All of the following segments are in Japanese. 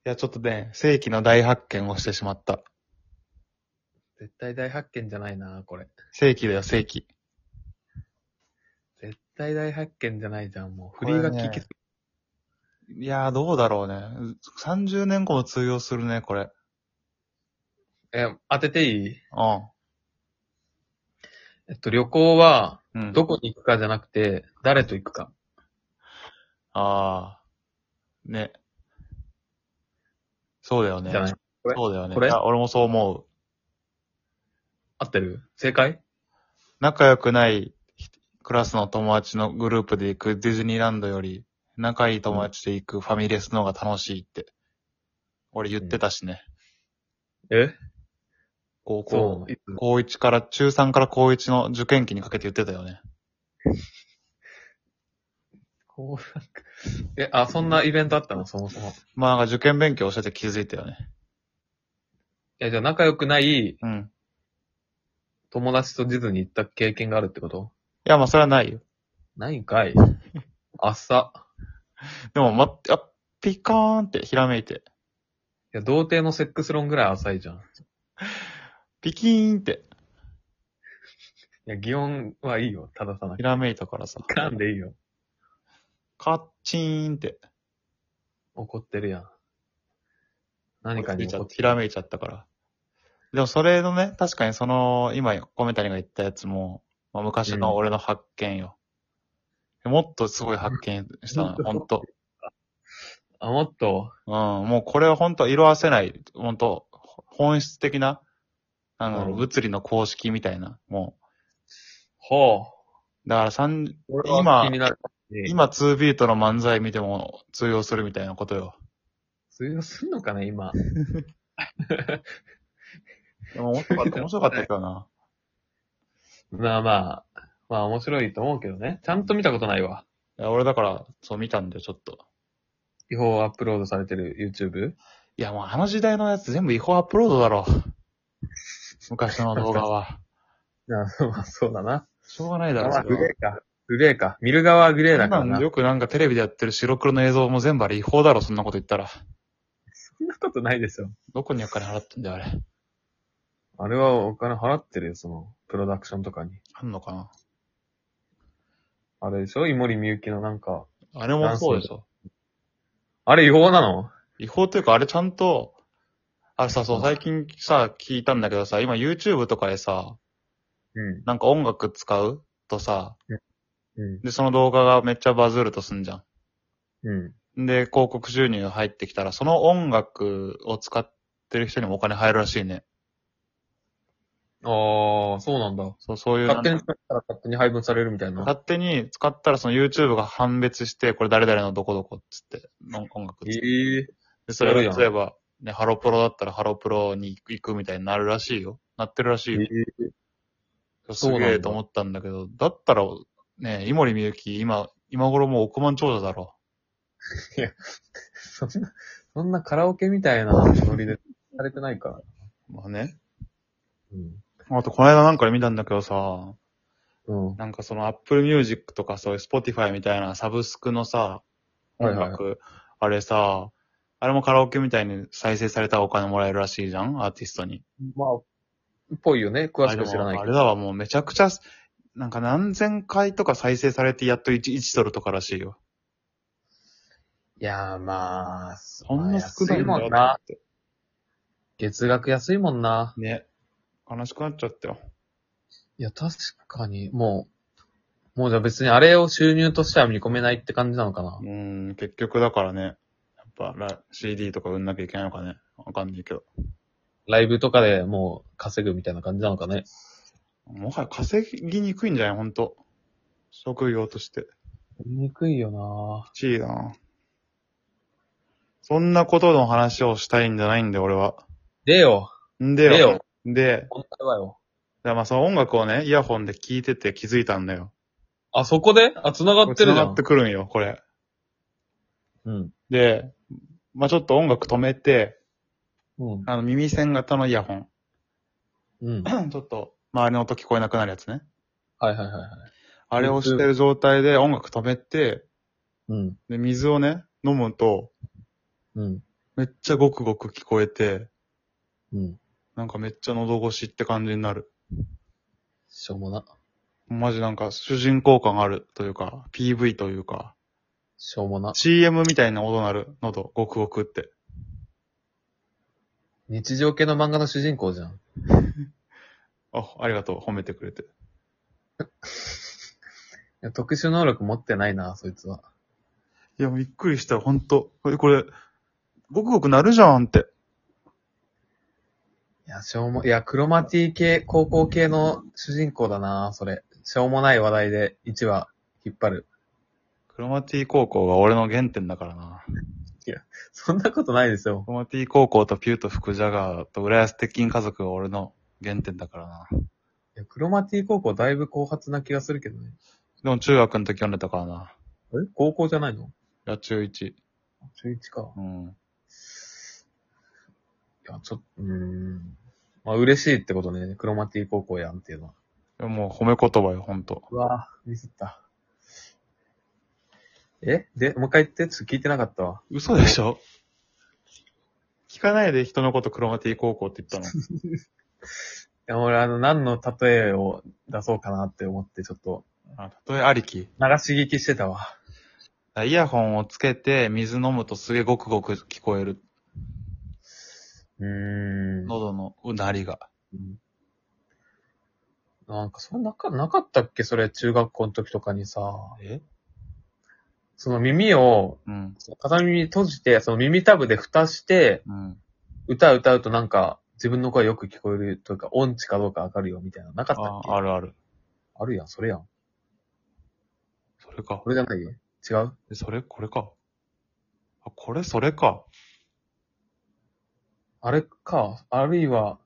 や、ちょっとね、世紀の大発見をしてしまった。 絶対大発見じゃないな、これ。 世紀だよ、世紀。 絶対大発見じゃないじゃん、もう。振これりが効きね、いやー、どうだろうね。30年後も通用するね、これ。 当てていい？ う旅行は、 ん。うん。 どこに行くかじゃなくて、誰と行くか。 あー、ね。そうだよね。 じゃない？これそうだよね。 これいや、俺もそう思う。 合ってる？正解？ 仲良くないクラスの友達のグループで行くディズニーランドより、仲いい友達で行くファミレスの方が楽しいって、俺言ってたしね。 え高校、 そうなの？いつ？ 高1から、中3から高1の受験期にかけて言ってたよね。 こう、そんなイベントあったのそもそも。 まあなんか受験勉強してて気づいたよね。 じゃあ仲良くないうん。 友達とディズニー行った経験があるってこと？ いや、まあそれはないよ。 ないんかい。朝。 でも、ピカーンってひらめいて。 いや、童貞のセックス論ぐらい浅いじゃん。いピキーンってや、擬音はいいよ、正さなくて。 ひらめいたからさ。 噛んでいいよ。 カッチーンって怒ってるやん。何かに怒ってひらめいちゃったから。でもそれのね、確かにその、今コメンタリーが言ったやつも、まあ、昔の俺の発見よ。もっとすごい発見したのよ、ほんと。 あ、もっと、 うん、もうこれはほんと色褪せない、ほんと、本質的な、物理の公式みたいな、もほう。 う。だからこれは気になる。 今2ビートの漫才見ても通用するみたいなことよ。 通用すんのかね、今。 でも面白かった、面白かったけどな。 まあまあ、まあ面白いと思うけどね。ちゃんと見たことないわ。 いや俺だから、そう見たんだよ、ちょっと。 違法アップロードされてる YouTube？ いやもうあの時代のやつ全部違法アップロードだろ。昔の動画は。 まあそうだな。 しょうがないだろ、 まあそれは。 グレーか。グレーか。見る側はグレーだからな。 そんなんよくなんかテレビでやってる白黒の映像も全部あれ違法だろ、そんなこと言ったら。 そんなことないですよ。 どこにお金払ってんだよ、あれ。 あれはお金払ってるよ、その、プロダクションとかに。 あんのかな。 あれでしょ井森美幸のなんか、 あれもそうでしょ。 あれ違法なの？ 違法というか、あれちゃんと、あれさ、そう、 うん最近さ、聞いたんだけどさ、今 YouTube とかでさ、 うん。 なんか音楽使うとさ、 うん。 で、その動画がめっちゃバズるとすんじゃうん。 ん。で、広告収入入ってきたら、その音楽を使ってる人にもお金入るらしいね。 ああ、そうなんだ。 そう、そういう勝手に使ったら勝手に配分されるみたいな。 勝手に使ったらその YouTube が判別して、これ誰々のどこどこっつって、音楽えつって。 えで、それがやるやん例えば、ね、ハロプロだったらハロプロに行くみたいになるらしいよ。なってるらしいよ。すそうなんだげえと思ったんだけど、だったら、ね、井森美幸、今頃もう億万長者だろ。 そんなカラオケみたいなノリでされてないから。 まあね。 うん。 あと、この間なんかで見たんだけどさ、 うん。 なんかその Apple Music とかそういう Spotify みたいなサブスクのさ、 はいはい音楽、あれさ、あれもカラオケみたいに再生されたらお金もらえるらしいじゃんアーティストに。 まあ、っぽいよね。詳しく知らないけど。 あれだわ、もうめちゃくちゃ、なんか何千回とか再生されてやっと1ドルとからしいよ。 いやーまあ、 そんな少ないんだまあ安いもんな。 って。 月額安いもんな。 ね。悲しくなっちゃったよ。 いや、確かに、もうじゃあ別にあれを収入としては見込めないって感じなのかな。 結局だからね、やっぱCD とか売んなきゃいけないのかね。わかんないけど。 ライブとかでもう稼ぐみたいな感じなのかね。 もはや稼ぎにくいんじゃないほんと。職業として。 見にくいよな。 きちいな。そんなことの話をしたいんじゃないんだよ、俺は。 でよ。 んでよ。 でよ。 で、 本当はよ。 だからまあその音楽をね、イヤホンで聞いてて気づいたんだよ。 あ、そこで繋がってるじゃん。 繋がってくるんよ、これ。 うん。 で、まあちょっと音楽止めて、 うん。 耳栓型のイヤホン。 うん。 ちょっと、周りの音聞こえなくなるやつね。 はいはいはいはい。 あれをしてる状態で音楽止めて、 うん。 で、水をね、飲むと、 うん。 めっちゃごくごく聞こえて、 うん。 なんかめっちゃ喉越しって感じになる。 しょうもな。 マジなんか主人公感あるというか、PV というか、 しょうもな。 CM みたいな音鳴る喉、ごくごくって。 日常系の漫画の主人公じゃん。 ありがとう、褒めてくれて。 いや特殊能力持ってないな、そいつは。 いや、びっくりした、ほんと。これ、ごくごくなるじゃんって。 いや、いや、クロマティ系、高校系の主人公だな、それ。しょうもない話題で1話引っ張る。 クロマティ高校が俺の原点だからな。 そんなことないですよ。 クロマティ高校とピューと福ジャガーと浦安鉄筋家族が俺の原点だからな。 いや、クロマティ高校だいぶ後発な気がするけどね。 でも中学の時読んでたからな。 高校じゃないの？ いや、中1。 中1か。 うん。 いや、まあ嬉しいってことね。クロマティ高校やんっていうのは。 いや、もう褒め言葉よ、ほんと。 うわぁ、ミスった。もう一回言って、ちょっと聞いてなかったわ。 嘘でしょ？聞かないで人のことクロマティ高校って言ったの。 いや、俺何の例えを出そうかなって思って、ちょっと、 例えありき。 流し聞きしてたわ。 イヤホンをつけて水飲むとすげえごくごく聞こえる。喉のうなりが。 なんか、それなかったっけそれ、中学校の時とかにさ、その耳を、 うん。 片耳閉じて、その耳たぶで蓋して、 うん。 歌うとなんか、自分の声よく聞こえるというか、音痴かどうかわかるよみたいな。なかったっけ？ あるある。 あるやん、それやん。 それか。 これじゃないよ。違う？ これか。それか。 あれか、あるいは、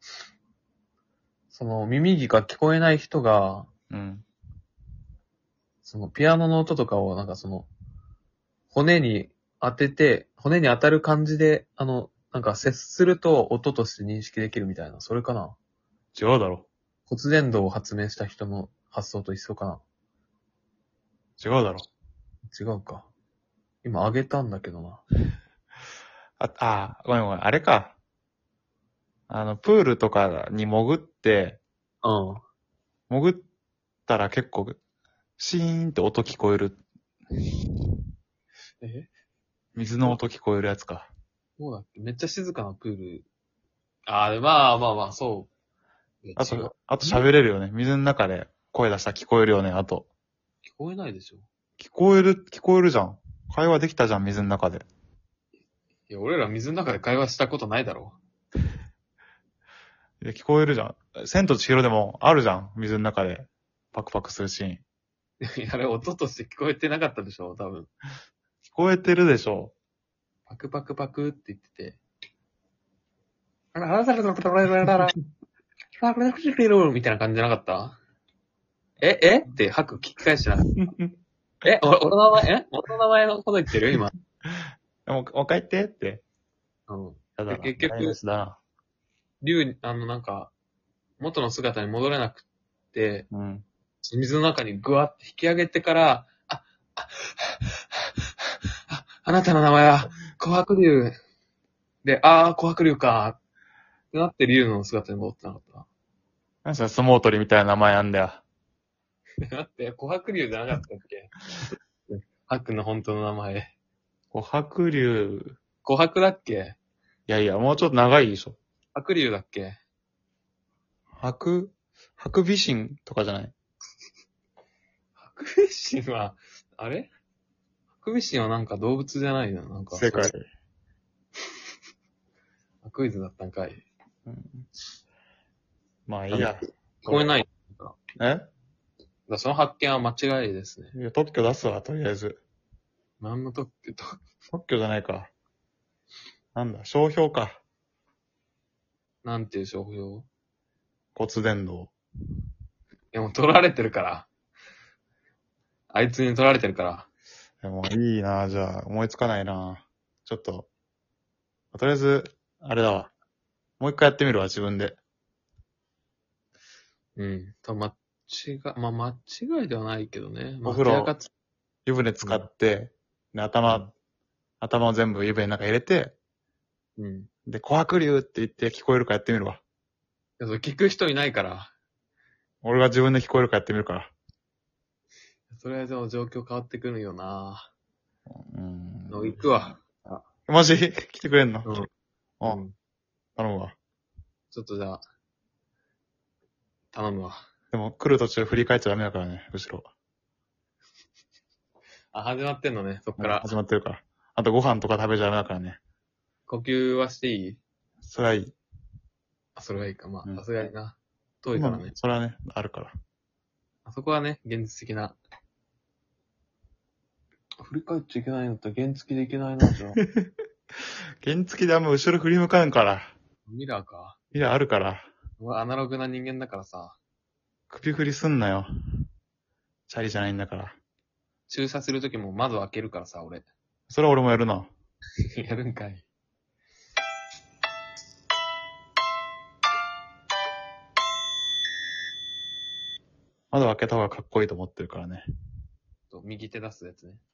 その耳が聞こえない人が、 うん。 そのピアノの音とかをなんかその、骨に骨に当たる感じで、なんか接すると音として認識できるみたいな。それかな？ 違うだろ。 骨伝導を発明した人の発想と一緒かな？ 違うだろ。 違うか。今あげたんだけどな。 ごめんごめん。あれか。プールとかに潜って、 うん。 潜ったら結構、シーンって音聞こえる。水の音聞こえるやつか。 そうだっけ？めっちゃ静かなプール。まあ、そう。いや違う。 あと喋れるよね。水の中で声出したら聞こえるよね、あと。 聞こえないでしょ。 聞こえるじゃん。会話できたじゃん、水の中で。 いや、俺ら水の中で会話したことないだろ。 いや、聞こえるじゃん。千と千尋でもあるじゃん、水の中で。パクパクするシーン。 いや、あれ音として聞こえてなかったでしょ、多分。 聞こえてるでしょ。 パクパクパクって言ってて。みたいな感じじゃなかったって吐く聞き返してなかった。俺の名前、俺の名前のこと言ってる今。 もう一回言ってって。 うん。 やだな。 結局台無しだな。 なんか、元の姿に戻れなくて、 うん。 水の中にグワって引き上げてから、あなたの名前は、琥珀竜。で、琥珀竜か。ってなって竜の姿に戻ってなかった。 なんか相撲取りみたいな名前あんだよ。 だって、琥珀竜じゃなかったっけ？白の本当の名前。 琥珀竜。 琥珀だっけ？ いや、もうちょっと長いでしょ。 白竜だっけ？ ハクビシンとかじゃない？ ハクビシンは、あれ？ハクビシンはなんか動物じゃないの？なんか。 正解。 クイズだったんかい。 うん、まあいいや。 聞こえない。その発見は間違いですね。 いや、特許出すわ、とりあえず。 何の特許と。 特許じゃないか。なんだ、商標か。 なんていう商標？ 骨伝導。 いやもう取られてるから。あいつに取られてるから。 でもいいな、じゃあ、思いつかないな。ちょっと、とりあえず、あれだわ。もう一回やってみるわ、自分で。 間違いではないけどね。 お風呂、湯船使って、で頭を全部湯船の中に入れて、 うん。 で、琥珀竜って言って聞こえるかやってみるわ。 いや、それ聞く人いないから。 俺が自分で聞こえるかやってみるから。 それはでも状況変わってくるよな。 うん。 行くわ。 マジ来てくれんのうん。 あ、 うん。 頼むわ。 ちょっとじゃあ、頼むわ。 でも来る途中振り返っちゃダメだからね、後ろ。 あ、始まってんのね、そっから。 始まってるから。あとご飯とか食べちゃダメだからね。 呼吸はしていい？ それはいい。 あ、それがいいか。まあ、 うんさすがにな。遠いからね。 それはね、あるから。 あそこはね、現実的な。振り返っちゃいけないんだったら原付でいけないな、じゃあ。 原付であんま後ろ振り向かんから。 ミラーか。 いや、あるから。 俺アナログな人間だからさ、 首振りすんなよ。チャリじゃないんだから。 駐車するときも窓開けるからさ、俺。 それは俺もやるな。 やるんかい。 窓開けた方がかっこいいと思ってるからね。 右手出すやつね。